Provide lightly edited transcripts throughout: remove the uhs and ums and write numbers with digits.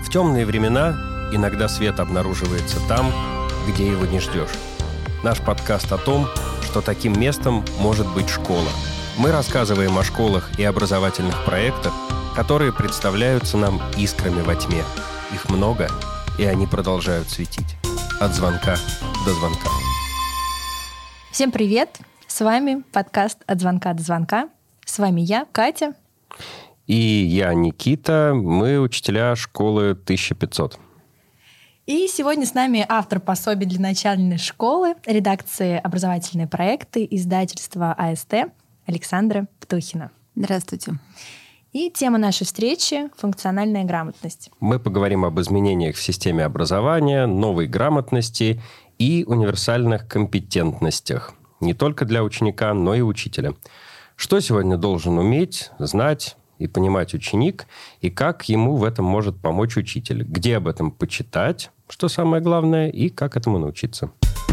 В темные времена иногда свет обнаруживается там, где его не ждешь. Наш подкаст о том, что таким местом может быть школа. Мы рассказываем о школах и образовательных проектах, которые представляются нам искрами во тьме. Их много, и они продолжают светить. От звонка до звонка. Всем привет! С вами подкаст «От звонка до звонка». С вами я, Катя. И я, Никита. Мы учителя школы 1500. И сегодня с нами автор пособий для начальной школы, редакции «Образовательные проекты», издательства АСТ Александра Птухина. Здравствуйте. И тема нашей встречи — функциональная грамотность. Мы поговорим об изменениях в системе образования, новой грамотности и универсальных компетентностях. Не только для ученика, но и учителя. Что сегодня должен уметь, знать и понимать ученик, и как ему в этом может помочь учитель? Где об этом почитать, что самое главное, и как этому научиться?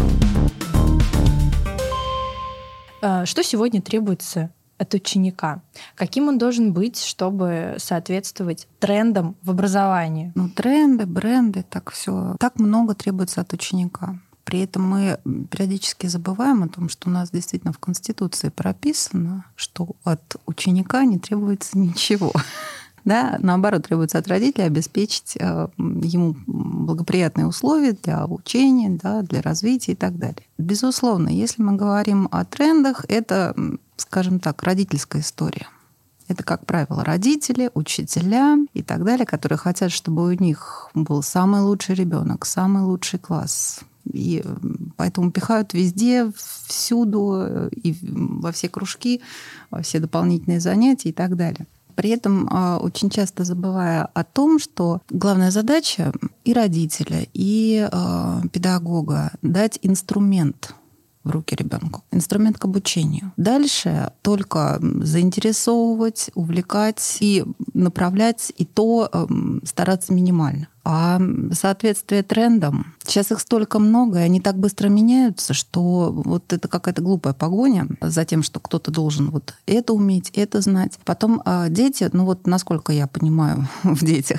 Что сегодня требуется от ученика? Каким он должен быть, чтобы соответствовать трендам в образовании? Тренды, бренды, так много требуется от ученика. При этом мы периодически забываем о том, что у нас действительно в Конституции прописано, что от ученика не требуется ничего. Да, наоборот, требуется от родителей обеспечить ему благоприятные условия для обучения, да, для развития и так далее. Безусловно, если мы говорим о трендах, это, скажем так, родительская история. Это, как правило, родители, учителя и так далее, которые хотят, чтобы у них был самый лучший ребенок, самый лучший класс. И поэтому пихают везде, всюду, и во все кружки, во все дополнительные занятия и так далее. При этом очень часто забывая о том, что главная задача и родителя, и педагога — дать инструмент в руки ребенку, инструмент к обучению. Дальше только заинтересовывать, увлекать и направлять, и то стараться минимально. А соответствие трендам, сейчас их столько много, и они так быстро меняются, что вот это какая-то глупая погоня за тем, что кто-то должен вот это уметь, это знать. Потом дети, насколько я понимаю в детях,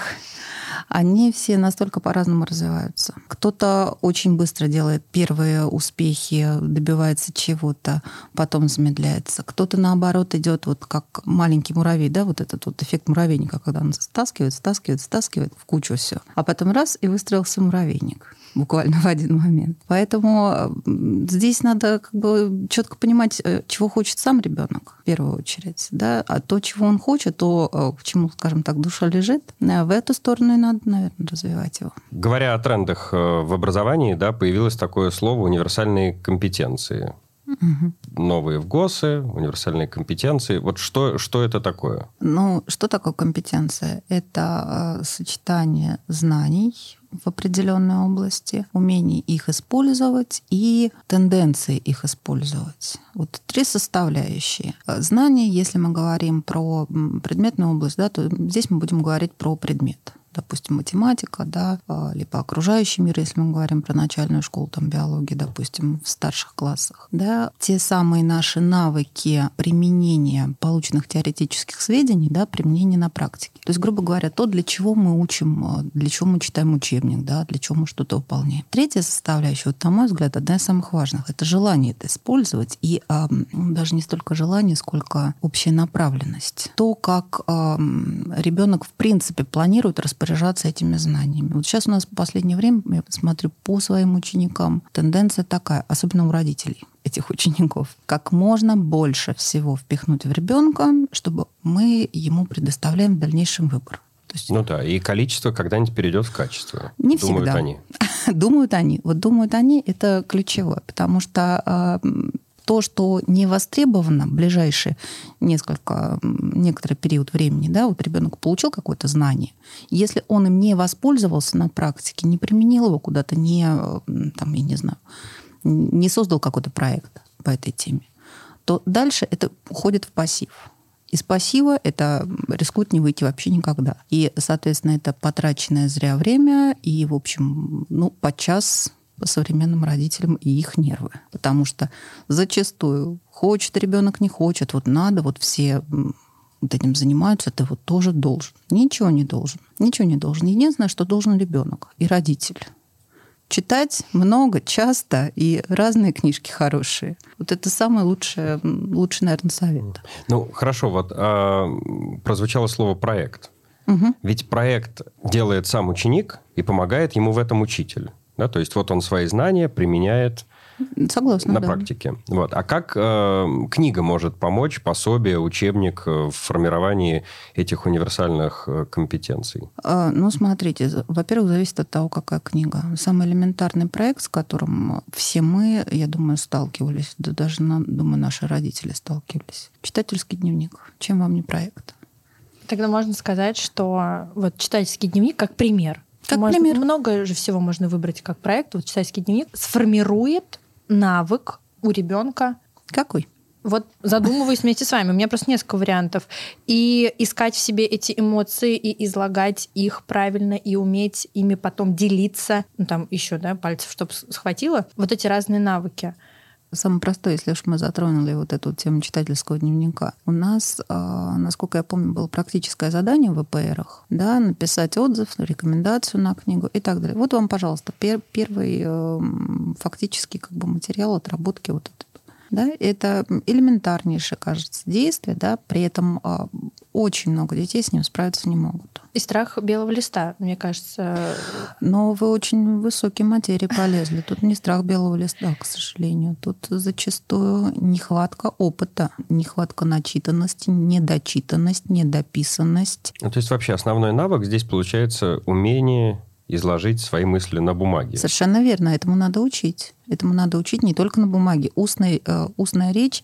они все настолько по-разному развиваются. Кто-то очень быстро делает первые успехи, добивается чего-то, потом замедляется. Кто-то, наоборот, идет вот как маленький муравей, да, вот этот вот эффект муравейника, когда он стаскивает в кучу все. А потом раз — и выстроился муравейник. Буквально в один момент. Поэтому здесь надо четко понимать, чего хочет сам ребенок в первую очередь. Да? А то, чего он хочет, то, к чему, скажем так, душа лежит, в эту сторону и надо, наверное, развивать его. Говоря о трендах в образовании, да, появилось такое слово «универсальные компетенции». Угу. Новые в ГОСы, универсальные компетенции. Вот что это такое? Что такое компетенция? Это сочетание знаний в определенной области, умений их использовать и тенденции их использовать. Вот три составляющие. Знания, если мы говорим про предметную область, да, то здесь мы будем говорить про предмет. Допустим, математика, да, либо окружающий мир, если мы говорим про начальную школу, там, биологии, допустим, в старших классах. Да, те самые наши навыки применения полученных теоретических сведений, да, применения на практике. То есть, грубо говоря, то, для чего мы учим, для чего мы читаем учебник, да, для чего мы что-то выполняем. Третья составляющая, на мой взгляд, одна из самых важных — это желание это использовать, и даже не столько желание, сколько общая направленность. То, как ребенок в принципе планирует распоряжаться этими знаниями. Вот сейчас у нас в последнее время, я смотрю по своим ученикам, тенденция такая, особенно у родителей этих учеников, как можно больше всего впихнуть в ребенка, чтобы мы ему предоставляем в дальнейшем выбор. То есть, и количество когда-нибудь перейдет в качество. Не думают всегда. Они. Думают они. Вот думают они — это ключевое, потому что то, что не востребовано в ближайший некоторый период времени, да, вот ребенок получил какое-то знание, если он им не воспользовался на практике, не применил его куда-то, не создал какой-то проект по этой теме, то дальше это уходит в пассив. Из пассива это рискует не выйти вообще никогда. И, соответственно, это потраченное зря время и, в общем, подчас по современным родителям и их нервы. Потому что зачастую хочет ребенок, не хочет, надо, все вот этим занимаются, ты вот тоже должен. Ничего не должен. Ничего не должен. Единственное, что должен ребенок и родитель. Читать много, часто и разные книжки хорошие. Вот это самый лучший, наверное, совет. Ну, хорошо, вот прозвучало слово «проект». Угу. Ведь проект делает сам ученик и помогает ему в этом учитель. Да? То есть вот он свои знания применяет Согласна, на да. практике. Вот. А как книга может помочь, пособие, учебник в формировании этих универсальных компетенций? Ну, смотрите, во-первых, зависит от того, какая книга. Самый элементарный проект, с которым все мы, я думаю, сталкивались, да даже, думаю, наши родители сталкивались. Читательский дневник. Чем вам не проект? Тогда можно сказать, что вот читательский дневник как пример. Пример. Много же всего можно выбрать как проект. Вот читательский дневник сформирует навык у ребенка. Какой? Вот задумываюсь вместе с вами. У меня просто несколько вариантов. И искать в себе эти эмоции, и излагать их правильно, и уметь ими потом делиться. Ну, там еще, да, пальцев, чтобы схватило. Вот эти разные навыки. Самое простое, если уж мы затронули вот эту тему читательского дневника. У нас, насколько я помню, было практическое задание в ВПРах, да, написать отзыв, рекомендацию на книгу и так далее. Вот вам, пожалуйста, первый фактически как бы материал отработки вот этого. Да, это элементарнейшее, кажется, действие, да, при этом очень много детей с ним справиться не могут. И страх белого листа, мне кажется. Но вы очень в высокие материи полезли. Тут не страх белого листа, к сожалению. Тут зачастую нехватка опыта, нехватка начитанности, недочитанность, недописанность. Ну, то есть вообще основной навык здесь получается умение изложить свои мысли на бумаге. Совершенно верно. Этому надо учить. Этому надо учить не только на бумаге. Устная речь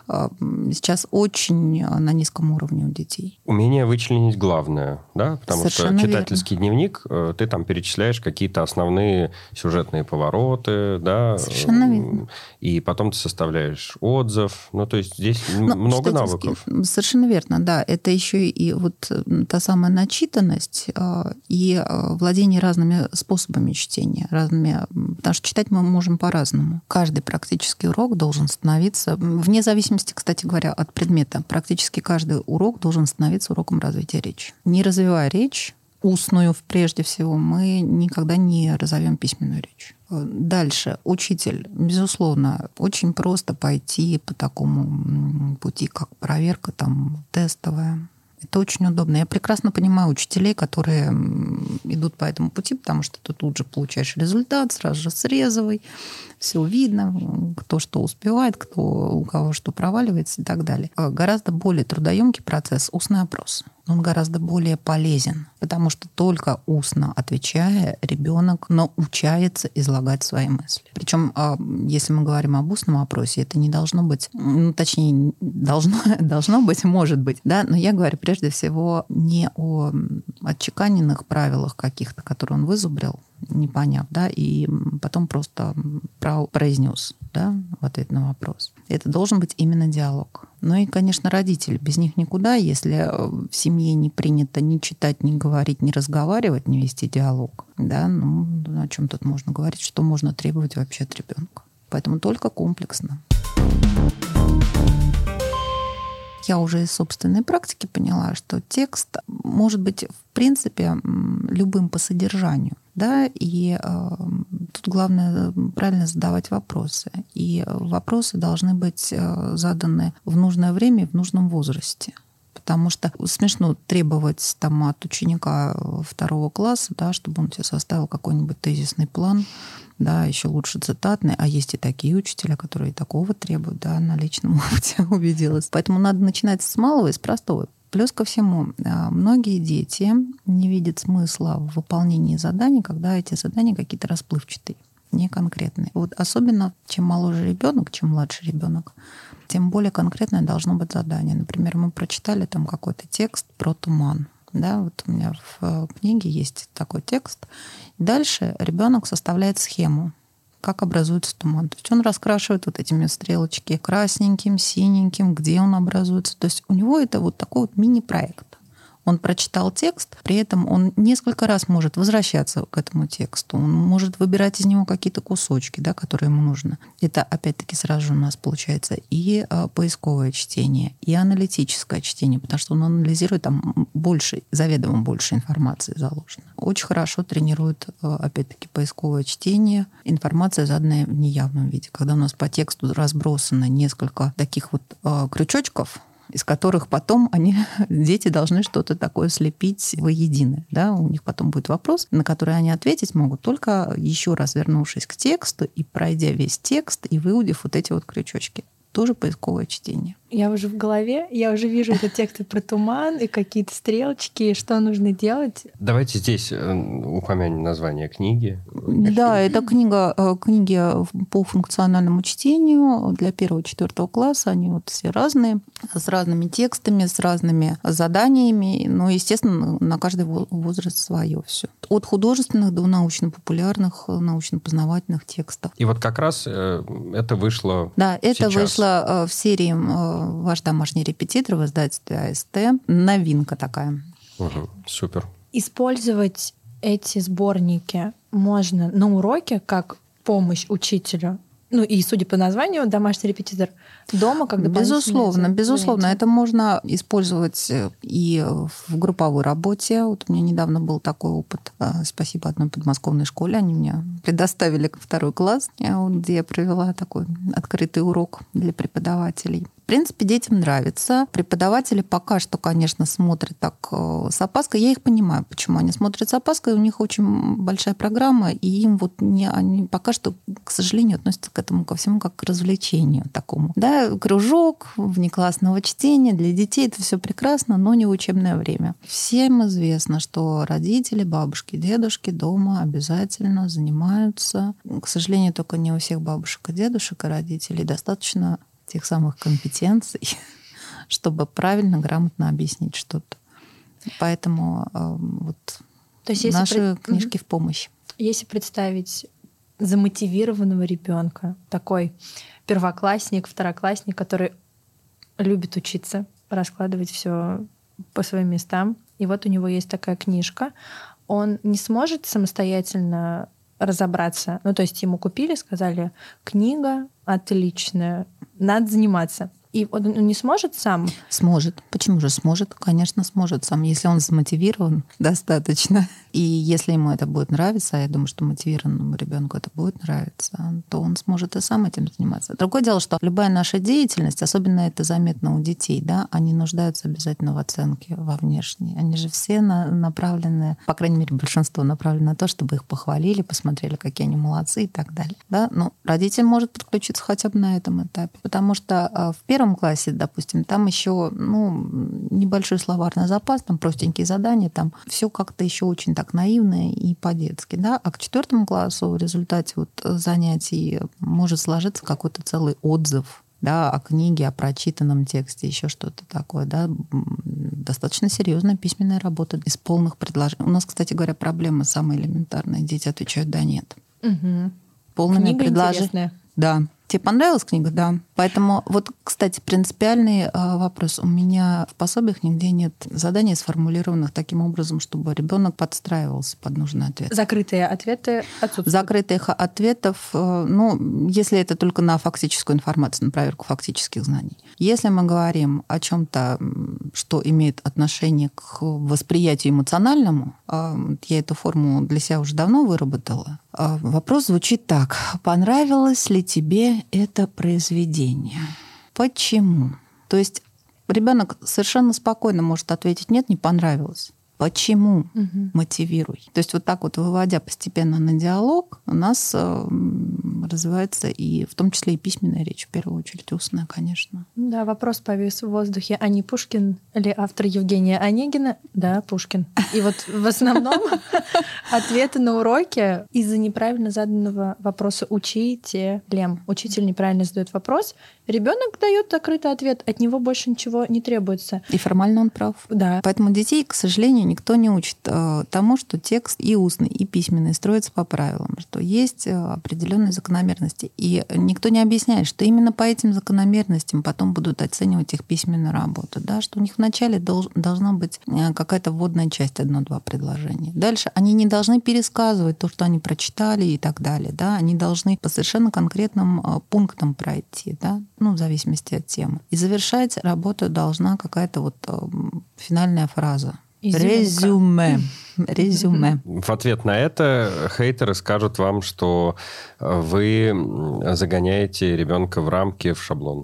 сейчас очень на низком уровне у детей. Умение вычленить главное, да? Потому Совершенно что читательский дневник, ты там перечисляешь какие-то основные сюжетные повороты, да? Совершенно верно. И потом ты составляешь отзыв. Ну, то есть здесь много навыков. Совершенно верно, да. Это еще и вот та самая начитанность и владение разными способами чтения. Потому что читать мы можем по-разному. Каждый практический урок должен становиться, вне зависимости, кстати говоря, от предмета, практически каждый урок должен становиться уроком развития речи. Не развивая речь, устную прежде всего, мы никогда не разовьем письменную речь. Дальше. Учитель, безусловно, очень просто пойти по такому пути, как проверка там, тестовая. Это очень удобно. Я прекрасно понимаю учителей, которые идут по этому пути, потому что ты тут же получаешь результат, сразу же срезовый, все видно, кто что успевает, у кого что проваливается и так далее. Гораздо более трудоемкий процесс — устный опрос. Он гораздо более полезен, потому что только устно отвечая, ребенок научается излагать свои мысли. Причем, если мы говорим об устном опросе, это не должно быть, точнее, должно быть, может быть, да, но я говорю прежде всего не о отчеканенных правилах каких-то, которые он вызубрил, не поняв, да, и потом просто произнес, да, в ответ на вопрос. Это должен быть именно диалог. Ну и, конечно, родители. Без них никуда. Если в семье не принято ни читать, ни говорить, ни разговаривать, ни вести диалог, да, ну, о чем тут можно говорить, что можно требовать вообще от ребенка. Поэтому только комплексно. Я уже из собственной практики поняла, что текст может быть, в принципе, любым по содержанию. Да, и тут главное правильно задавать вопросы. И вопросы должны быть заданы в нужное время и в нужном возрасте. Потому что смешно требовать там, от ученика 2 класса, да, чтобы он тебе составил какой-нибудь тезисный план, да, еще лучше цитатный. А есть и такие учителя, которые такого требуют, да, на личном опыте убедилась. Поэтому надо начинать с малого и с простого. Плюс ко всему, многие дети не видят смысла в выполнении заданий, когда эти задания какие-то расплывчатые, не конкретные. Вот особенно чем моложе ребенок, чем младший ребенок, тем более конкретное должно быть задание. Например, мы прочитали там какой-то текст про туман. Да, вот у меня в книге есть такой текст. Дальше ребенок составляет схему, как образуется туман. То есть он раскрашивает вот этими стрелочки красненьким, синеньким, где он образуется. То есть у него это вот такой вот мини-проект. Он прочитал текст, при этом он несколько раз может возвращаться к этому тексту, он может выбирать из него какие-то кусочки, да, которые ему нужны. Это, опять-таки, сразу же у нас получается и поисковое чтение, и аналитическое чтение, потому что он анализирует, там больше, заведомо больше информации заложено. Очень хорошо тренирует, опять-таки, поисковое чтение, информация, заданная в неявном виде. Когда у нас по тексту разбросано несколько таких вот крючочков, из которых потом дети должны что-то такое слепить воедино. Да? У них потом будет вопрос, на который они ответить могут только еще раз вернувшись к тексту и пройдя весь текст и выудив вот эти вот крючочки. Тоже поисковое чтение. Я уже в голове, я уже вижу этот текст про туман и какие-то стрелочки, что нужно делать. Давайте здесь упомянем название книги. Да, это книги по функциональному чтению для 1-4 класса. Они вот все разные, с разными текстами, с разными заданиями. Но, естественно, на каждый возраст свое все. От художественных до научно-популярных, научно-познавательных текстов. И вот как раз это вышло. Да, это сейчас. вышло в серии «Ваш домашний репетитор» в издательстве АСТ. Новинка такая. Угу, супер. Использовать эти сборники можно на уроке как помощь учителю. Ну и, судя по названию, домашний репетитор дома, как дополнительное Безусловно. Это можно использовать и в групповой работе. Вот у меня недавно был такой опыт. Спасибо одной подмосковной школе. Они мне предоставили 2 класс, где я провела такой открытый урок для преподавателей. В принципе, детям нравится. Преподаватели пока что, конечно, смотрят так с опаской. Я их понимаю, почему они смотрят с опаской. У них очень большая программа, и им они пока что, к сожалению, относятся к этому ко всему как к развлечению такому. Да, кружок внеклассного чтения для детей — это все прекрасно, но не в учебное время. Всем известно, что родители, бабушки, дедушки дома обязательно занимаются. К сожалению, только не у всех бабушек и дедушек и родителей достаточно тех самых компетенций, чтобы правильно, грамотно объяснить что-то. Поэтому то есть наши книжки в помощь. Если представить замотивированного ребенка, такой первоклассник, второклассник, который любит учиться, раскладывать все по своим местам, и вот у него есть такая книжка, он не сможет самостоятельно разобраться. Ну, то есть ему купили, сказали, книга отличная, надо заниматься. И он не сможет сам? Сможет. Почему же сможет? Конечно, сможет сам, если он замотивирован достаточно. И если ему это будет нравиться, а я думаю, что мотивированному ребенку это будет нравиться, то он сможет и сам этим заниматься. Другое дело, что любая наша деятельность, особенно это заметно у детей, да, они нуждаются обязательно в оценке во внешней. Они же все направлены, по крайней мере, большинство направлено на то, чтобы их похвалили, посмотрели, какие они молодцы и так далее. Да? Но родитель может подключиться хотя бы на этом этапе, потому что в 1 классе, допустим, там еще небольшой словарный запас, там простенькие задания, там все как-то еще очень так наивно и по-детски. Да? А к 4 классу в результате занятий может сложиться какой-то целый отзыв, да, о книге, о прочитанном тексте, еще что-то такое. Да? Достаточно серьезная письменная работа из полных предложений. У нас, кстати говоря, проблема самая элементарная. Дети отвечают «да», «нет». Угу. Полными предложениями. Да. Тебе понравилась книга? Да. Поэтому кстати, принципиальный вопрос. У меня в пособиях нигде нет заданий, сформулированных таким образом, чтобы ребенок подстраивался под нужный ответ. Закрытые ответы отсутствуют? Закрытых ответов, если это только на фактическую информацию, на проверку фактических знаний. Если мы говорим о чем-то, что имеет отношение к восприятию эмоциональному, я эту форму для себя уже давно выработала. Вопрос звучит так. Понравилось ли тебе это произведение? Почему? То есть ребенок совершенно спокойно может ответить «нет, не понравилось». Почему? Угу. Мотивируй. То есть так выводя постепенно на диалог, у нас развивается и в том числе и письменная речь, в первую очередь устная, конечно. Да, вопрос повис в воздухе. А не Пушкин ли автор Евгения Онегина? Да, Пушкин. И в основном ответы на уроке из-за неправильно заданного вопроса учителем. Учитель неправильно задает вопрос, ребенок дает закрытый ответ, от него больше ничего не требуется. И формально он прав. Да. Поэтому детей, к сожалению, никто не учит тому, что текст и устный, и письменный строится по правилам, что есть определенные закономерности закономерности. И никто не объясняет, что именно по этим закономерностям потом будут оценивать их письменную работу. Да? Что у них вначале должна быть какая-то вводная часть, 1-2 предложения. Дальше они не должны пересказывать то, что они прочитали и так далее. Да? Они должны по совершенно конкретным пунктам пройти, да? В зависимости от темы. И завершать работу должна какая-то вот финальная фраза. Резюме. В ответ на это хейтеры скажут вам, что вы загоняете ребенка в рамки, в шаблон.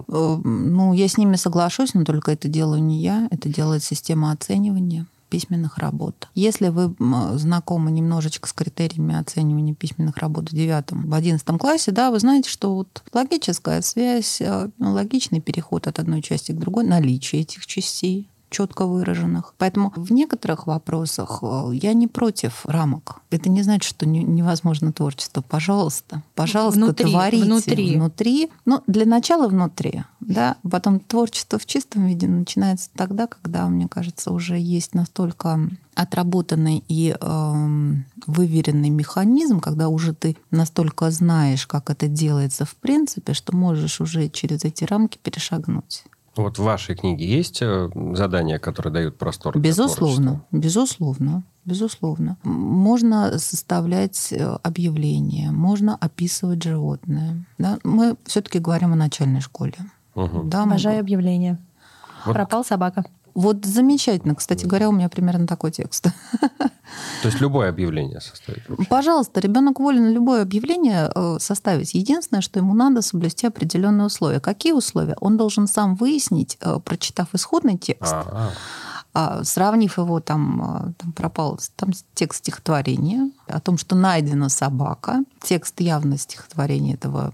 Я с ними соглашусь, но только это делаю не я. Это делает система оценивания письменных работ. Если вы знакомы немножечко с критериями оценивания письменных работ в 9-11 классе, да, вы знаете, что вот логическая связь, логичный переход от одной части к другой, наличие этих частей четко выраженных. Поэтому в некоторых вопросах я не против рамок. Это не значит, что невозможно творчество. Пожалуйста, творите внутри. Для начала внутри. Да? Потом творчество в чистом виде начинается тогда, когда, мне кажется, уже есть настолько отработанный и выверенный механизм, когда уже ты настолько знаешь, как это делается в принципе, что можешь уже через эти рамки перешагнуть. Вот в вашей книге есть задания, которые дают простор для творчества? Безусловно. Можно составлять объявления, можно описывать животное. Да? Мы все-таки говорим о начальной школе. Угу. Да, обожаю объявления. Пропал собака. Вот замечательно. Кстати говоря, у меня примерно такой текст. То есть любое объявление составить? Вообще? Пожалуйста, ребенок волен любое объявление составить. Единственное, что ему надо соблюсти определенные условия. Какие условия? Он должен сам выяснить, прочитав исходный текст, сравнив его, там пропал текст стихотворения о том, что найдена собака, текст явно стихотворения этого,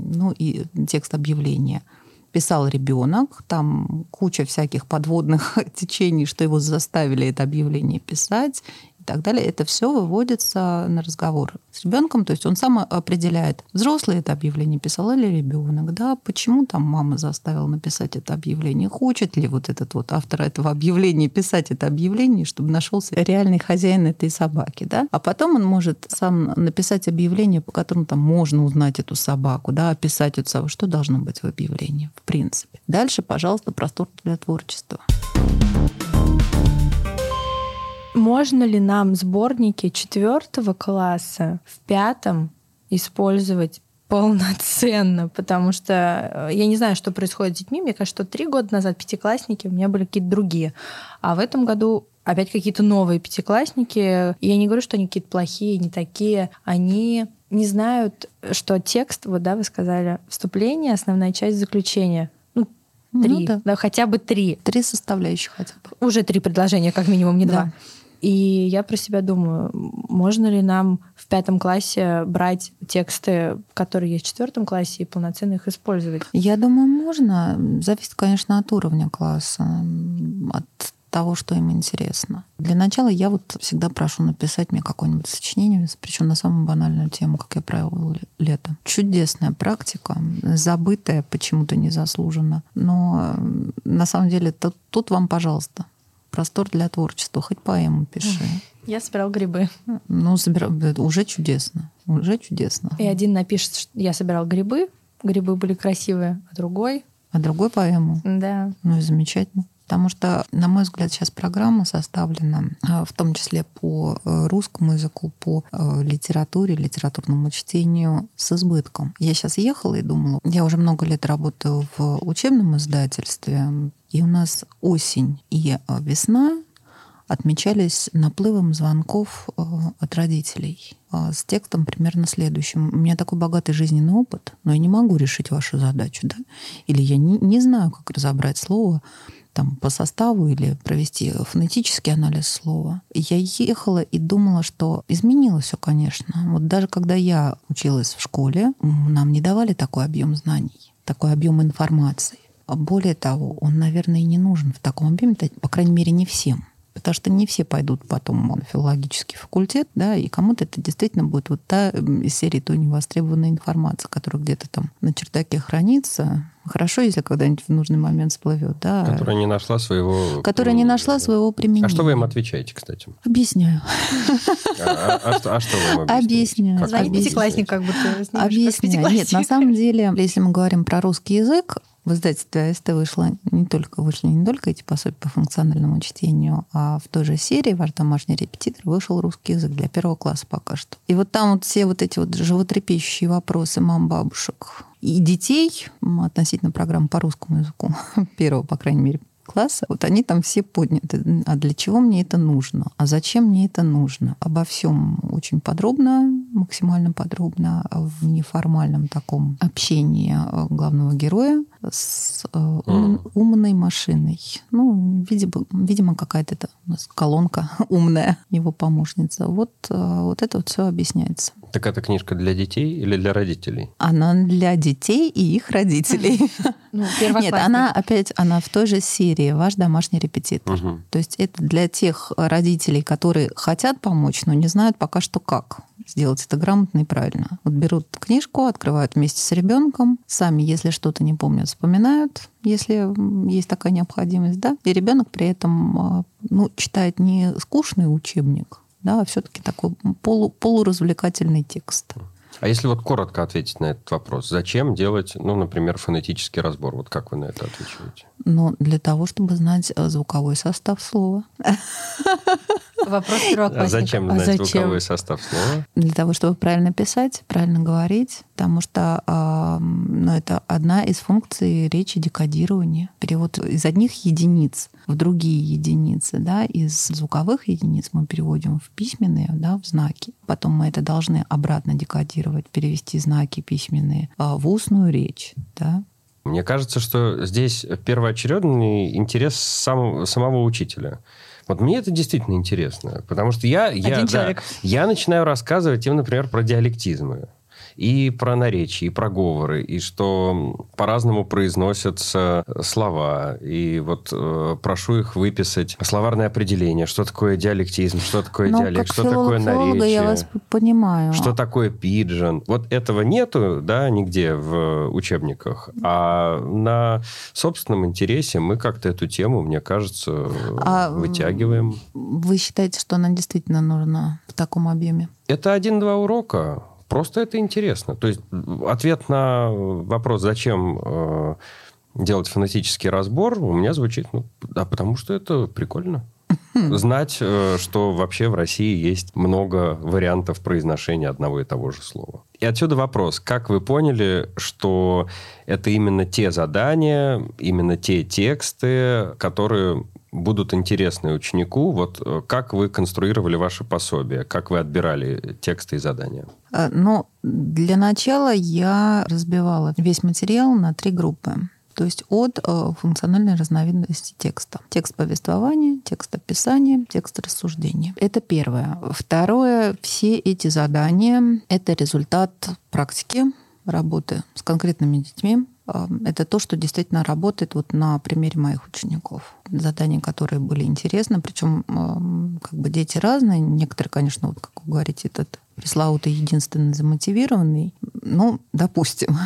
и текст объявления. Писал ребенок, там куча всяких подводных течений, что его заставили это объявление писать и так далее. Это все выводится на разговор с ребенком, то есть он сам определяет, взрослый это объявление писал или ребенок, да, почему там мама заставила написать это объявление, хочет ли вот этот вот автор этого объявления писать это объявление, чтобы нашелся реальный хозяин этой собаки, да, а потом он может сам написать объявление, по которому там можно узнать эту собаку, да, описать эту собаку, что должно быть в объявлении, в принципе. Дальше, пожалуйста, простор для творчества. Можно ли нам сборники 4 класса в 5 использовать полноценно? Потому что я не знаю, что происходит с детьми. Мне кажется, что 3 года назад пятиклассники у меня были какие-то другие. А в этом году опять какие-то новые пятиклассники. И я не говорю, что они какие-то плохие, не такие. Они не знают, что текст, вот да, вы сказали, вступление, основная часть, заключение. 3. Да, хотя бы 3. 3 составляющих хотя бы. Уже 3 предложения, как минимум, не 2. Да. И я про себя думаю, можно ли нам в 5 классе брать тексты, которые есть в 4 классе, и полноценно их использовать? Я думаю, можно. Зависит, конечно, от уровня класса, от того, что им интересно. Для начала я вот всегда прошу написать мне какое-нибудь сочинение, причем на самую банальную тему, как я провела лето. Чудесная практика, забытая почему-то незаслуженно. Но на самом деле тут вам, пожалуйста, простор для творчества. Хоть поэму пиши. Я собирал грибы. Уже чудесно. Уже чудесно. И один напишет, что я собирал грибы, грибы были красивые, а другой поэму. Да. И замечательно. Потому что, на мой взгляд, сейчас программа составлена в том числе по русскому языку, по литературе, литературному чтению с избытком. Я сейчас ехала и думала, я уже много лет работаю в учебном издательстве, и у нас осень и весна отмечались наплывом звонков от родителей с текстом примерно следующим. У меня такой богатый жизненный опыт, но я не могу решить вашу задачу, да? Или я не знаю, как разобрать слово по составу или провести фонетический анализ слова. Я ехала и думала, что изменилось все, конечно. Вот даже когда я училась в школе, нам не давали такой объем знаний, такой объем информации. Более того, он, наверное, и не нужен в таком объеме, по крайней мере, не всем. потому что не все пойдут потом на филологический факультет, да, и кому-то это действительно будет вот та из серии той невостребованной информации, которая где-то там на чердаке хранится. Хорошо, если когда-нибудь в нужный момент всплывет, да. Которая не нашла своего... Которая не нашла своего применения. А что вы им отвечаете, кстати? Объясняю. А что вы им объясняете? Объясняю. Звони пятиклассник, как будто. Объясняю. Нет, на самом деле, если мы говорим про русский язык, в издательстве АСТ вышли не только эти пособия по функциональному чтению, а в той же серии «Ваш домашний репетитор» вышел русский язык для 1 класса пока что. И вот там вот все вот эти вот животрепещущие вопросы мам, бабушек и детей относительно программы по русскому языку, 1, по крайней мере, класса, вот они там все подняты. А для чего мне это нужно? А зачем мне это нужно? Обо всем очень подробно, максимально подробно, в неформальном таком общении главного героя с умной машиной. Ну, видимо, какая-то это у нас колонка умная, его помощница. Вот это вот все объясняется. Так эта книжка для детей или для родителей? Она для детей и их родителей. Нет, она в той же серии «Ваш домашний репетитор». То есть это для тех родителей, которые хотят помочь, но не знают пока что как сделать это грамотно и правильно. Вот берут книжку, открывают вместе с ребенком, сами, если что-то не помнят, вспоминают, если есть такая необходимость, да, и ребенок при этом читает не скучный учебник, да, а все-таки такой полуразвлекательный текст. А если вот коротко ответить на этот вопрос, зачем делать, например, фонетический разбор? Вот как вы на это отвечаете? Для того, чтобы знать звуковой состав слова. Вопрос первоклассника. А зачем знать звуковой состав слова? Для того, чтобы правильно писать, правильно говорить, потому что это одна из функций речи декодирования. Перевод из одних единиц в другие единицы, да, из звуковых единиц мы переводим в письменные, да, в знаки. Потом мы это должны обратно декодировать, перевести знаки письменные в устную речь, да. Мне кажется, что здесь первоочередный интерес самого учителя. Вот мне это действительно интересно, потому что я начинаю рассказывать им, например, про диалектизмы. И про наречия, и про говоры, и что по-разному произносятся слова. И вот прошу их выписать словарное определение, что такое диалектизм, что такое диалект, что такое наречие. Я вас понимаю. Что такое пиджин. Вот этого нету, да, нигде в учебниках. А на собственном интересе мы как-то эту тему, мне кажется, вытягиваем. Вы считаете, что она действительно нужна в таком объеме? Это 1-2 урока. Просто это интересно. То есть ответ на вопрос, зачем делать фонетический разбор, у меня звучит, потому что это прикольно. Знать, что вообще в России есть много вариантов произношения одного и того же слова. И отсюда вопрос. Как вы поняли, что это именно те задания, именно те тексты, которые будут интересны ученику? Вот как вы конструировали ваше пособие? Как вы отбирали тексты и задания? Для начала я разбивала весь материал на 3 группы. То есть от функциональной разновидности текста. Текст повествования, текст описания, текст рассуждения. Это первое. Второе. Все эти задания — это результат практики, работы с конкретными детьми. Это то, что действительно работает вот на примере моих учеников. Задания, которые были интересны, причем дети разные. Некоторые, конечно, вот, как вы говорите, этот пресловутый единственный замотивированный. Допустим,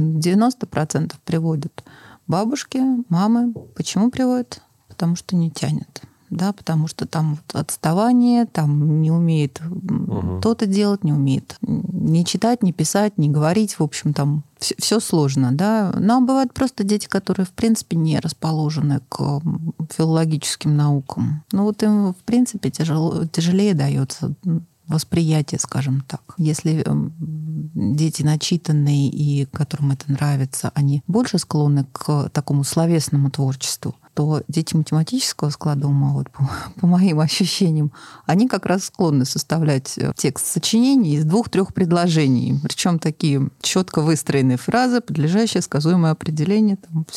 90% приводят бабушки, мамы. Почему приводят? Потому что не тянет. Да, потому что там отставание, там не умеет то-то делать, не умеет ни читать, ни писать, ни говорить. В общем, там все сложно. Да? Но бывают просто дети, которые, в принципе, не расположены к филологическим наукам. Им, в принципе, тяжелее дается восприятие, скажем так. Если дети начитанные и которым это нравится, они больше склонны к такому словесному творчеству, то дети математического склада ума, по моим ощущениям, они как раз склонны составлять текст сочинений из 2-3 предложений. Причем такие четко выстроенные фразы, подлежащее сказуемое определение, там все.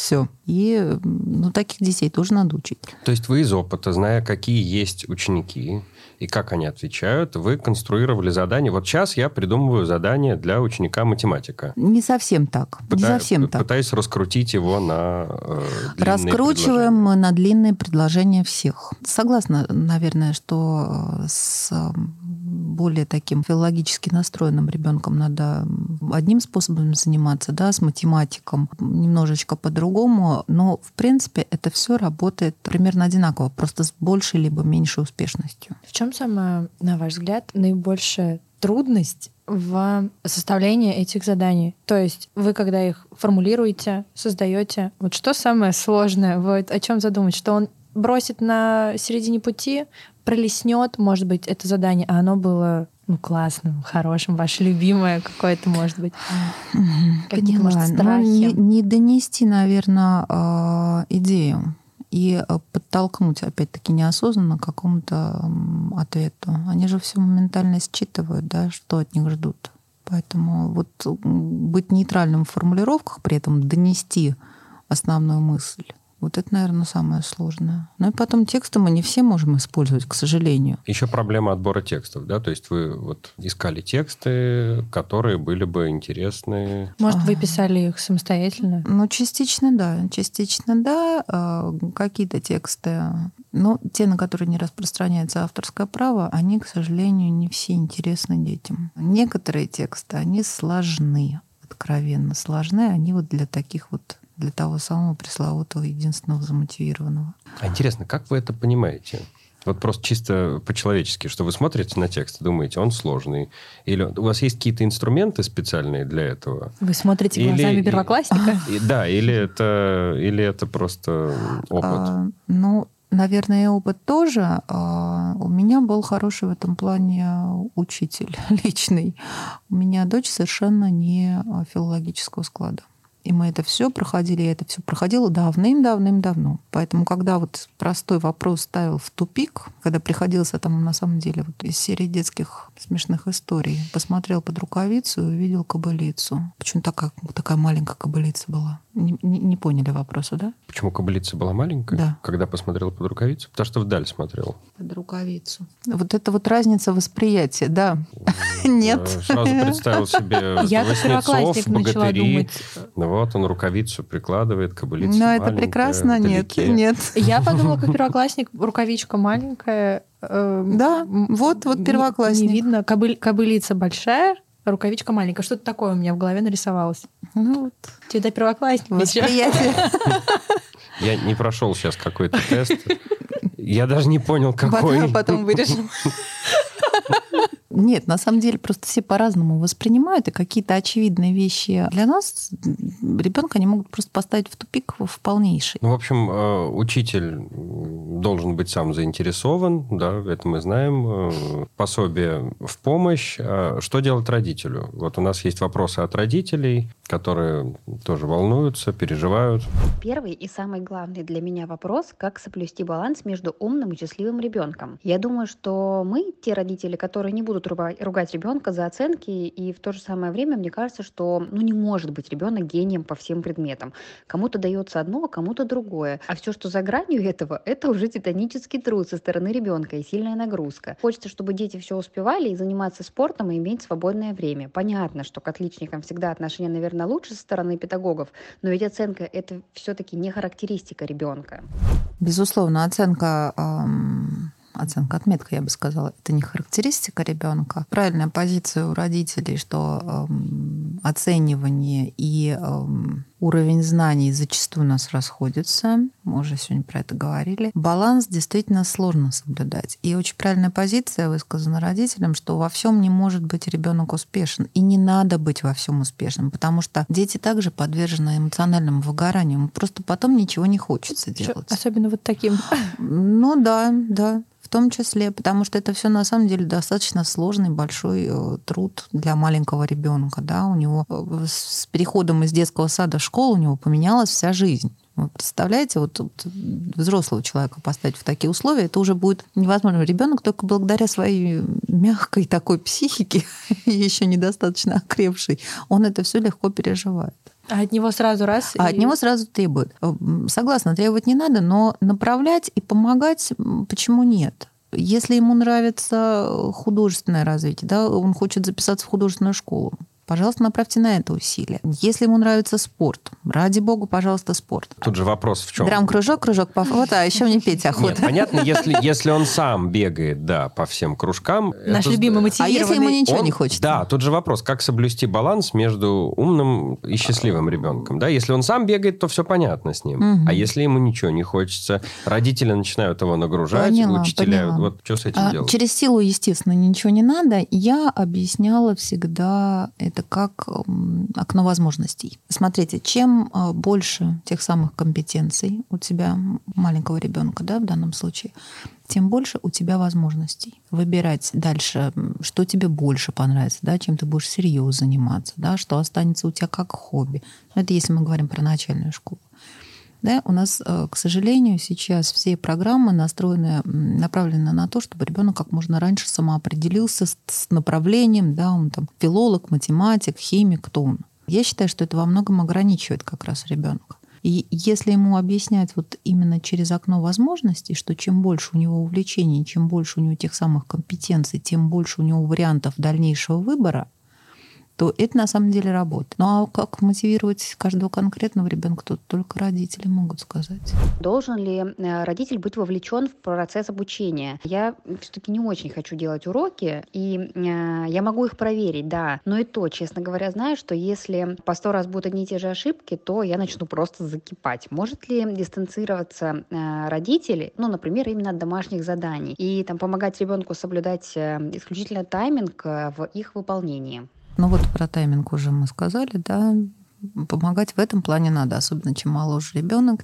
И таких детей тоже надо учить. То есть вы из опыта, зная, какие есть ученики и как они отвечают, вы конструировали задание. Вот сейчас я придумываю задание для ученика математика. Не совсем так. Пытаюсь раскрутить его на длинные Раскручиваем мы на длинные предложения всех. Согласна, наверное, что с более таким филологически настроенным ребенком надо одним способом заниматься, да, с математиком немножечко по-другому, но в принципе это все работает примерно одинаково, просто с большей либо меньшей успешностью. В чем самая, на ваш взгляд, наибольшая трудность в составлении этих заданий? То есть вы, когда их формулируете, создаете, вот что самое сложное? Вы о чем задумать? Что он бросит на середине пути, пролеснет, может быть, это задание, а оно было классным, хорошим, ваше любимое какое-то, может быть, какие-то, может, страхи. Не донести, наверное, идею и подтолкнуть, опять-таки, неосознанно к какому-то ответу. Они же все моментально считывают, да, что от них ждут. Поэтому вот быть нейтральным в формулировках, при этом донести основную мысль, вот это, наверное, самое сложное. Ну и потом тексты мы не все можем использовать, к сожалению. Еще проблема отбора текстов, да? То есть вы вот искали тексты, которые были бы интересны. Может, вы писали их самостоятельно? Частично да. Какие-то тексты, те, на которые не распространяется авторское право, они, к сожалению, не все интересны детям. Некоторые тексты, они сложны, откровенно сложны. Они вот для таких вот, для того самого пресловутого единственного замотивированного. А интересно, как вы это понимаете? Вот просто чисто по-человечески, что вы смотрите на текст и думаете, он сложный. Или у вас есть какие-то инструменты специальные для этого? Вы смотрите глазами первоклассника? Да, или это просто опыт? Наверное, и опыт тоже. У меня был хороший в этом плане учитель личный. У меня дочь совершенно не филологического склада. И мы это все проходили, я это все проходила давным-давным-давно. Поэтому, когда вот простой вопрос ставил в тупик, когда приходилось там на самом деле вот из серии детских смешных историй, посмотрел под рукавицу и увидел кобылицу. Почему такая маленькая кобылица была? Не поняли вопроса, да? Почему кобылица была маленькая? Да. Когда посмотрел под рукавицу? Потому что вдаль смотрел. Под рукавицу. Вот это вот разница восприятия, да. Нет. Сразу представил себе Васнецов, богатыри. Вот он рукавицу прикладывает, кобылица маленькая. Это прекрасно, нет. Я подумала, как первоклассник, рукавичка маленькая. Да, вот первоклассник. Не видно, кобылица большая, рукавичка маленькая. Что-то такое у меня в голове нарисовалось. Тебе первоклассник. Восприятие. Я не прошел сейчас какой-то тест. Я даже не понял, какой. Потом вырежем. Нет, на самом деле просто все по-разному воспринимают, и какие-то очевидные вещи для нас ребенка они могут просто поставить в тупик в полнейший. В общем, учитель должен быть сам заинтересован, да, это мы знаем. Пособие в помощь. Что делать родителю? Вот у нас есть вопросы от родителей, которые тоже волнуются, переживают. Первый и самый главный для меня вопрос, как соблюсти баланс между умным и счастливым ребенком. Я думаю, что мы, те родители, которые не будут ругать ребенка за оценки, и в то же самое время мне кажется, что не может быть ребенок гением по всем предметам. Кому-то дается одно, а кому-то другое. А все, что за гранью этого, это уже титанический труд со стороны ребенка и сильная нагрузка. Хочется, чтобы дети все успевали и заниматься спортом, и иметь свободное время. Понятно, что к отличникам всегда отношения, наверное, лучше со стороны педагогов, но ведь оценка — это все-таки не характеристика ребенка. Безусловно, оценка, отметка, я бы сказала, это не характеристика ребенка. Правильная позиция у родителей, что оценивание и уровень знаний зачастую у нас расходятся. Мы уже сегодня про это говорили. Баланс действительно сложно соблюдать. И очень правильная позиция высказана родителям, что во всем не может быть ребенок успешен. И не надо быть во всем успешным, потому что дети также подвержены эмоциональному выгоранию. Просто потом ничего не хочется делать. Особенно вот таким. Да. В том числе, потому что это все на самом деле достаточно сложный большой труд для маленького ребенка. Да? У него с переходом из детского сада в школу у него поменялась вся жизнь. Вы представляете, вот взрослого человека поставить в такие условия, это уже будет невозможно. Ребенок только благодаря своей мягкой такой психике, еще недостаточно окрепшей, он это все легко переживает. А от него сразу раз... А от него сразу требуют. Согласна, требовать не надо, но направлять и помогать почему нет? Если ему нравится художественное развитие, да, он хочет записаться в художественную школу, пожалуйста, направьте на это усилия. Если ему нравится спорт, ради бога, пожалуйста, спорт. Тут же вопрос в чем? Драм-кружок, кружок по фото, а еще мне петь охота. Нет, понятно, если он сам бегает, да, по всем кружкам... Наш любимый мотивированный... А если ему ничего не хочется? Да, тут же вопрос, как соблюсти баланс между умным и счастливым ребенком. Да? Если он сам бегает, то все понятно с ним. А если ему ничего не хочется, родители начинают его нагружать, учителя... Вот что с этим делать? Через силу, естественно, ничего не надо. Я объясняла всегда... Это как окно возможностей. Смотрите, чем больше тех самых компетенций у тебя, маленького ребенка, да, в данном случае, тем больше у тебя возможностей выбирать дальше, что тебе больше понравится, да, чем ты будешь серьезно заниматься, да, что останется у тебя как хобби. Это если мы говорим про начальную школу. Да, у нас, к сожалению, сейчас все программы направлены на то, чтобы ребенок как можно раньше самоопределился с направлением, да, он там филолог, математик, химик, кто он. Я считаю, что это во многом ограничивает как раз ребенка. И если ему объяснять вот именно через окно возможностей, что чем больше у него увлечений, чем больше у него тех самых компетенций, тем больше у него вариантов дальнейшего выбора, то это на самом деле работает. Ну а как мотивировать каждого конкретного ребенка, тут только родители могут сказать. Должен ли родитель быть вовлечен в процесс обучения? Я все-таки не очень хочу делать уроки, и я могу их проверить, да. Но и то, честно говоря, знаю, что если по 100 раз будут одни и те же ошибки, то я начну просто закипать. Может ли дистанцироваться родители, ну, например, именно от домашних заданий, и там помогать ребенку соблюдать исключительно тайминг в их выполнении? Ну вот про тайминг уже мы сказали, да. Помогать в этом плане надо, особенно чем моложе ребенок,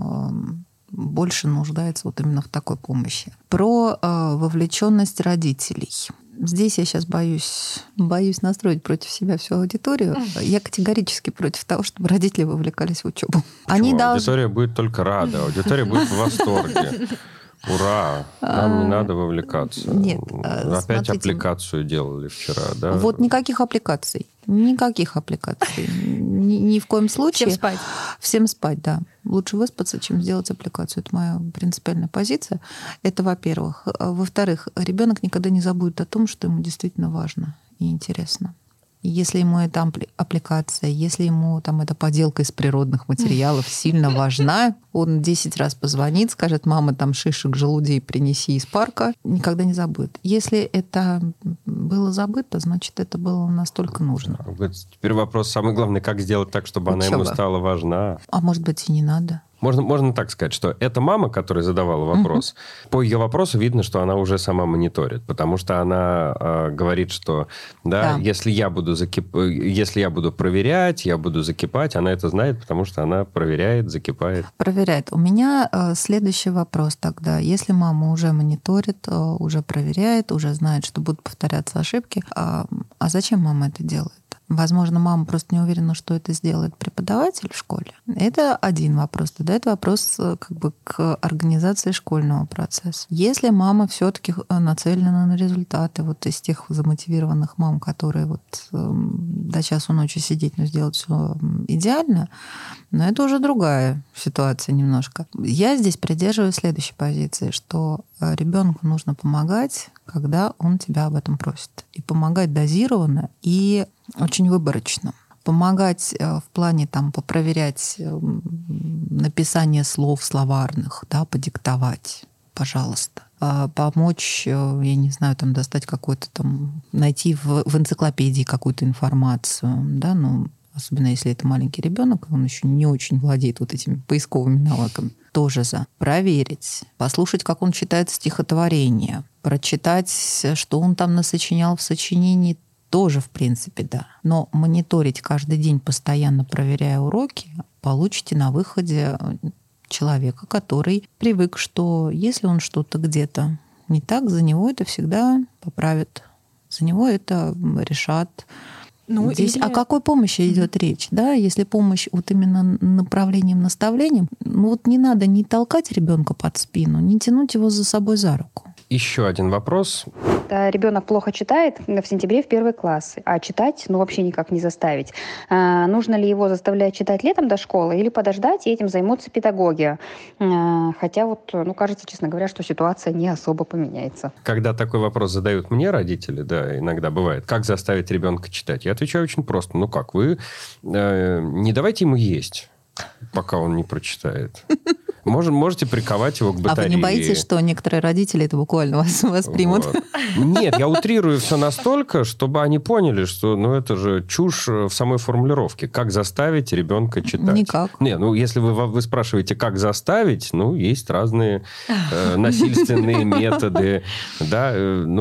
тем больше нуждается вот именно в такой помощи. Про вовлеченность родителей. Здесь я сейчас боюсь настроить против себя всю аудиторию. Я категорически против того, чтобы родители вовлекались в учебу. Аудитория будет только рада, аудитория будет в восторге. Ура! Нам не надо вовлекаться. Нет. Опять смотрите, аппликацию делали вчера, да? Вот никаких аппликаций. Никаких аппликаций. Ни в коем случае. Всем спать. Всем спать, да. Лучше выспаться, чем сделать аппликацию. Это моя принципиальная позиция. Это во-первых. Во-вторых, ребенок никогда не забудет о том, что ему действительно важно и интересно. Если ему эта аппликация, если ему там эта поделка из природных материалов сильно важна, он 10 раз позвонит, скажет: мама, там шишек, желудей принеси из парка, никогда не забудет. Если это было забыто, значит, это было настолько нужно. Теперь вопрос самый главный: как сделать так, чтобы она ему стала важна? А может быть, и не надо. Можно так сказать, что эта мама, которая задавала вопрос, по ее вопросу видно, что она уже сама мониторит, потому что она говорит, что если я буду проверять, я буду закипать, она это знает, потому что она проверяет, закипает. Проверяет. У меня следующий вопрос тогда. Если мама уже мониторит, уже проверяет, уже знает, что будут повторяться ошибки, а зачем мама это делает? Возможно, мама просто не уверена, что это сделает преподаватель в школе. Это один вопрос. Тогда это вопрос как бы к организации школьного процесса. Если мама все-таки нацелена на результаты, вот из тех замотивированных мам, которые вот до часу ночи сидеть, но сделать все идеально, но это уже другая ситуация немножко. Я здесь придерживаюсь следующей позиции, что ребенку нужно помогать, когда он тебя об этом просит. И помогать дозированно и очень выборочно. Помогать в плане там попроверять написание слов словарных, да, подиктовать, пожалуйста. Помочь, я не знаю, там достать какой-то там, найти в энциклопедии какую-то информацию, да, ну, особенно если это маленький ребенок, он еще не очень владеет вот этими поисковыми навыками, тоже за. Проверить, послушать, как он читает стихотворение, прочитать, что он там насочинял в сочинении, тоже, в принципе, да. Но мониторить каждый день, постоянно проверяя уроки, получите на выходе человека, который привык, что если он что-то где-то не так, за него это всегда поправят, за него это решат. Ну, здесь о какой помощи идет речь? Да? Если помощь вот именно направлением, наставлением, ну вот не надо не толкать ребенка под спину, не тянуть его за собой за руку. Еще один вопрос. ребенок плохо читает в сентябре в 1 класс, а читать вообще никак не заставить. Нужно ли его заставлять читать летом до школы или подождать, и этим займутся педагоги? Хотя кажется, честно говоря, что ситуация не особо поменяется. Когда такой вопрос задают мне родители, да, иногда бывает, как заставить ребенка читать? Я отвечаю очень просто. Вы не давайте ему есть, пока он не прочитает. Можете приковать его к батарее. А вы не боитесь, что некоторые родители это буквально воспримут? Вот. Нет, я утрирую все настолько, чтобы они поняли, что это же чушь в самой формулировке. Как заставить ребенка читать? Никак. Если вы спрашиваете, как заставить, есть разные насильственные методы. Да,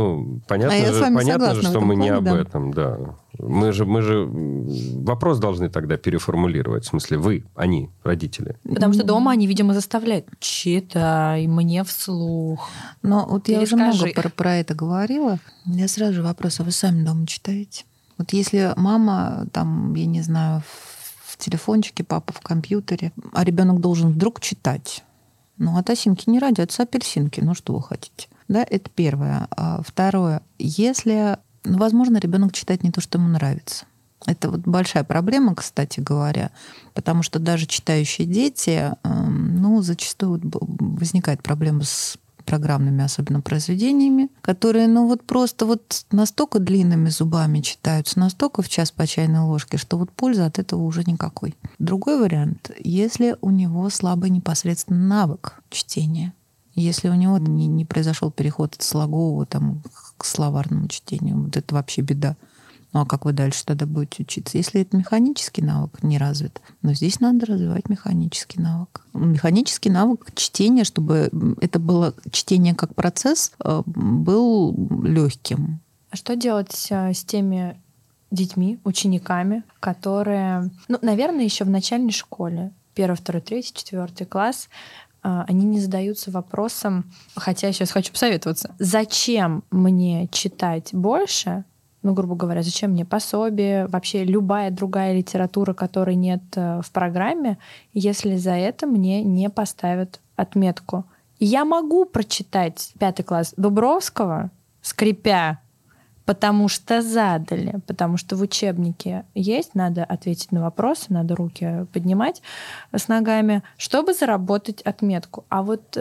понятно же, что мы не об этом, да. Мы же вопрос должны тогда переформулировать. В смысле, вы, они, родители. Потому что дома они, видимо, заставляют. Читай мне вслух. Я уже много про это говорила. Я сразу же вопрос, а вы сами дома читаете? Если мама, я не знаю, в телефончике, папа в компьютере, а ребенок должен вдруг читать. От осинки не родятся апельсинки. Что вы хотите? Да, это первое. Второе. Если... возможно, ребенок читает не то, что ему нравится. Это большая проблема, кстати говоря, потому что даже читающие дети, зачастую возникает проблема с программными, особенно произведениями, которые, просто настолько длинными зубами читаются, настолько в час по чайной ложке, что пользы от этого уже никакой. Другой вариант, если у него слабый непосредственно навык чтения, если у него не произошел переход от слогового к словарному чтению, это вообще беда. А как вы дальше тогда будете учиться? Если это механический навык не развит, здесь надо развивать механический навык. Механический навык чтения, чтобы это было чтение как процесс, был легким. А что делать с теми детьми, учениками, которые, наверное, еще в начальной школе, 1, 2, 3, 4 класс, они не задаются вопросом, хотя я сейчас хочу посоветоваться, зачем мне читать больше, грубо говоря, зачем мне пособие, вообще любая другая литература, которой нет в программе, если за это мне не поставят отметку. Я могу прочитать 5 класс Дубровского, скрипя, потому что задали, потому что в учебнике есть, надо ответить на вопросы, надо руки поднимать с ногами, чтобы заработать отметку. А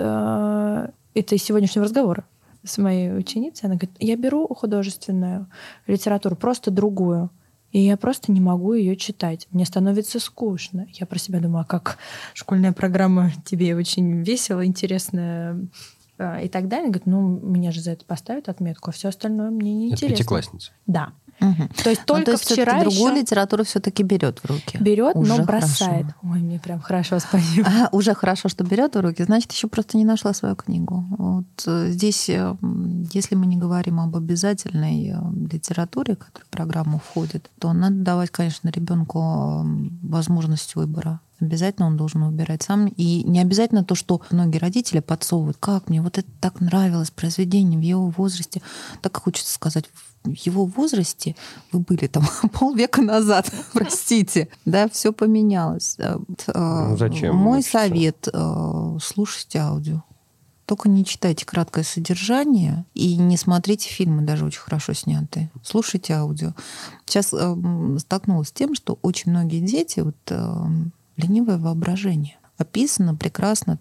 это из сегодняшнего разговора с моей ученицей, она говорит, я беру художественную литературу, просто другую, и я просто не могу ее читать. Мне становится скучно. Я про себя думаю, а как школьная программа тебе очень весело, интересно и так далее. Говорит, меня же за это поставят отметку, а все остальное мне не интересно. Это 5-классница. Да. Угу. То есть только вчера другую литературу все-таки берет в руки. Берет, уже но бросает. Хорошо. Ой, мне прям хорошо, спасибо. Уже хорошо, что берет в руки, значит, еще просто не нашла свою книгу. Здесь, если мы не говорим об обязательной литературе, которая в программу входит, то надо давать, конечно, ребенку возможность выбора. Обязательно он должен выбирать сам. И не обязательно то, что многие родители подсовывают. Как мне это так нравилось, произведение в его возрасте. Так хочется сказать, в его возрасте вы были полвека назад, простите. Да, все поменялось. Зачем? Мой совет — слушайте аудио. Только не читайте краткое содержание и не смотрите фильмы, даже очень хорошо снятые. Слушайте аудио. Сейчас столкнулась с тем, что очень многие дети ленивое воображение. Описано прекрасно,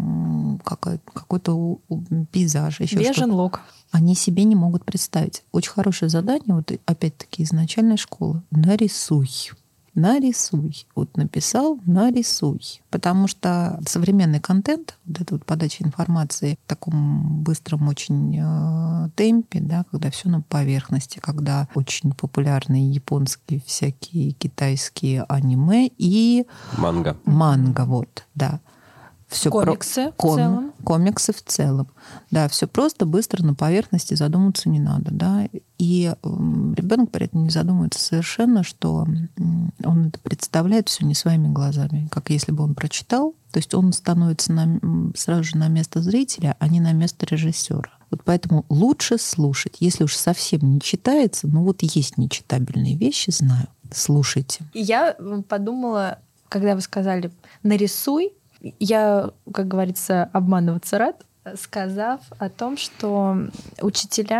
какой-то пейзаж. Бежен луг. Они себе не могут представить. Очень хорошее задание, опять-таки, из начальной школы. Нарисуй. Нарисуй. Написал, нарисуй. Потому что современный контент, эта подача информации в таком быстром очень темпе, да, когда все на поверхности, когда очень популярные японские всякие китайские аниме и манга, да. Всё комиксы в целом. Комиксы в целом. Да, все просто, быстро, на поверхности, задумываться не надо. Да? И ребенок при этом не задумывается совершенно, что он это представляет все не своими глазами, как если бы он прочитал. То есть он становится сразу же на место зрителя, а не на место режиссера. Поэтому лучше слушать. Если уж совсем не читается, есть нечитабельные вещи, знаю. Слушайте. Я подумала, когда вы сказали «нарисуй», я, как говорится, обманываться рад, сказав о том, что учителя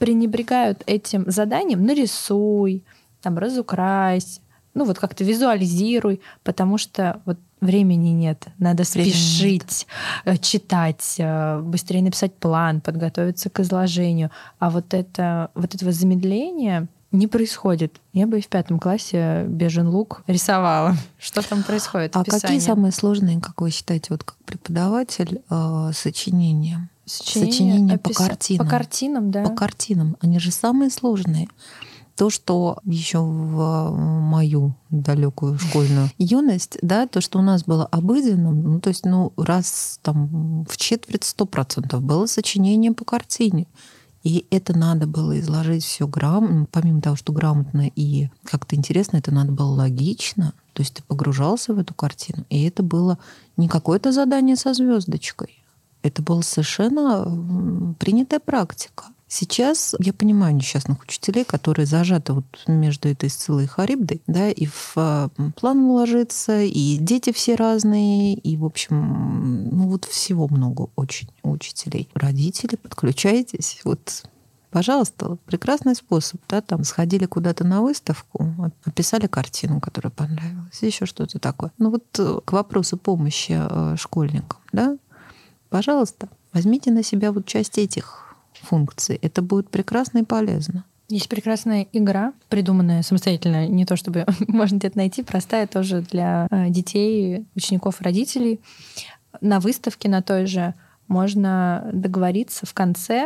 пренебрегают этим заданием: нарисуй, там, разукрась, ну вот как-то визуализируй, потому что вот времени нет, надо спешить, читать, быстрее написать план, подготовиться к изложению. А вот этого замедления не происходит. Я бы и в 5 классе бежен лук рисовала. Что там происходит? А какие самые сложные, как вы считаете, вот как преподаватель, сочинения? Сочинения по картинам. По картинам, да. По картинам. Они же самые сложные. То, что еще в мою далекую школьную юность, да, то, что у нас было обыденным, то есть, раз там в четверть 100% было сочинение по картине. И это надо было изложить все грамотно, помимо того, что грамотно и как-то интересно, это надо было логично. То есть ты погружался в эту картину, и это было не какое-то задание со звездочкой. Это была совершенно принятая практика. Сейчас я понимаю несчастных учителей, которые зажаты вот между этой Сциллой и Харибдой, да, и в план уложиться, и дети все разные, и, в общем, вот всего много очень у учителей. Родители, подключайтесь. Вот, пожалуйста, прекрасный способ, да, там сходили куда-то на выставку, описали картину, которая понравилась, еще что-то такое. К вопросу помощи школьникам, да, пожалуйста, возьмите на себя вот часть этих функций. Это будет прекрасно и полезно. Есть прекрасная игра, придуманная самостоятельно, не то чтобы можно где-то найти, простая тоже для детей, учеников, родителей. На выставке, на той же, можно договориться в конце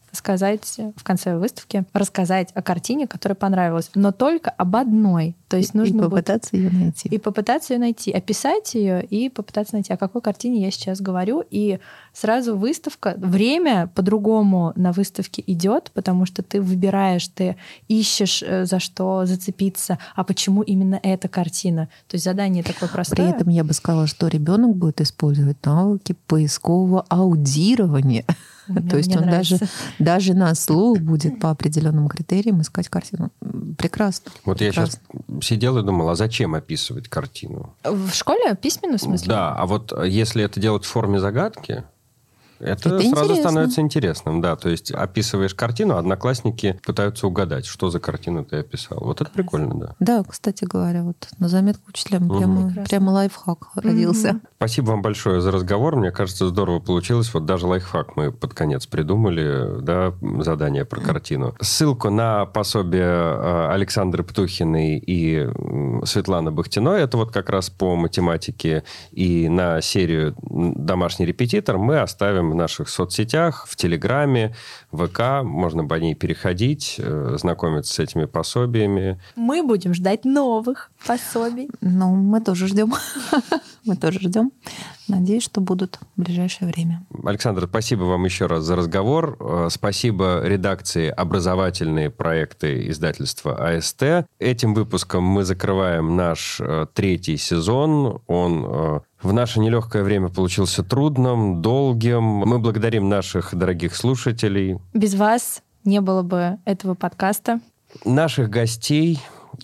выставки рассказать о картине, которая понравилась, но только об одной. То есть нужно попытаться ее найти. И попытаться ее найти, описать ее и попытаться найти, о какой картине я сейчас говорю. И сразу выставка, время по-другому на выставке идет, потому что ты выбираешь, ты ищешь, за что зацепиться, а почему именно эта картина. То есть задание такое простое. При этом я бы сказала, что ребенок будет использовать навыки поискового аудирования. То есть он даже на слух будет по определенным критериям искать картину. Прекрасно. Вот я сейчас сидел и думал, а зачем описывать картину? В школе письменно, в смысле? Да, а вот если это делать в форме загадки, это сразу интересно. Становится интересным, да. То есть описываешь картину, одноклассники пытаются угадать, что за картину ты описал. Вот это прикольно, да. Да, кстати говоря, вот на заметку учителям прямо лайфхак родился. Спасибо вам большое за разговор. Мне кажется, здорово получилось. Вот даже лайфхак мы под конец придумали, да, задание про картину. Ссылку на пособие Александры Птухиной и Светланы Бахтиной, это вот как раз по математике, и на серию «Домашний репетитор» мы оставим в наших соцсетях, в Телеграме, в ВК. Можно по ней переходить, знакомиться с этими пособиями. Мы будем ждать новых пособий. Мы тоже ждем. Мы тоже ждем. Надеюсь, что будут в ближайшее время. Александр, спасибо вам еще раз за разговор. Спасибо редакции «Образовательные проекты» издательства АСТ. Этим выпуском мы закрываем наш 3-й сезон. Он в наше нелегкое время получился трудным, долгим. Мы благодарим наших дорогих слушателей. Без вас не было бы этого подкаста. Наших гостей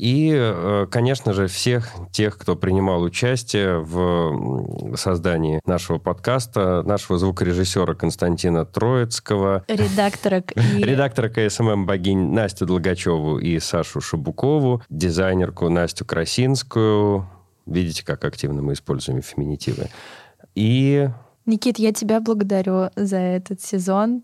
и, конечно же, всех тех, кто принимал участие в создании нашего подкаста, нашего звукорежиссера Константина Троицкого, редактора КСММ «Богинь» Настю Долгачеву и Сашу Шабукову, дизайнерку Настю Красинскую. Видите, как активно мы используем феминитивы. И... Никит, я тебя благодарю за этот сезон.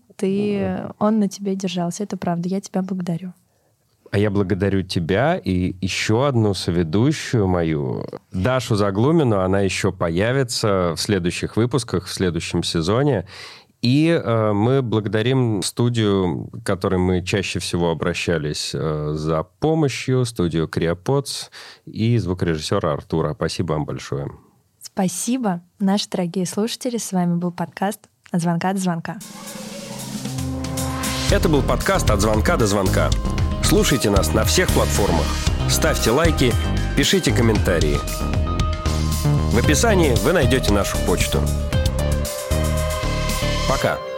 Он на тебе держался, это правда. Я тебя благодарю. А я благодарю тебя и еще одну соведущую мою, Дашу Заглумину. Она еще появится в следующих выпусках, в следующем сезоне. И мы благодарим студию, к которой мы чаще всего обращались за помощью, студию Криоподс и звукорежиссера Артура. Спасибо вам большое. Спасибо, наши дорогие слушатели. С вами был подкаст «От звонка до звонка». Это был подкаст «От звонка до звонка». Слушайте нас на всех платформах. Ставьте лайки, пишите комментарии. В описании вы найдете нашу почту. Пока.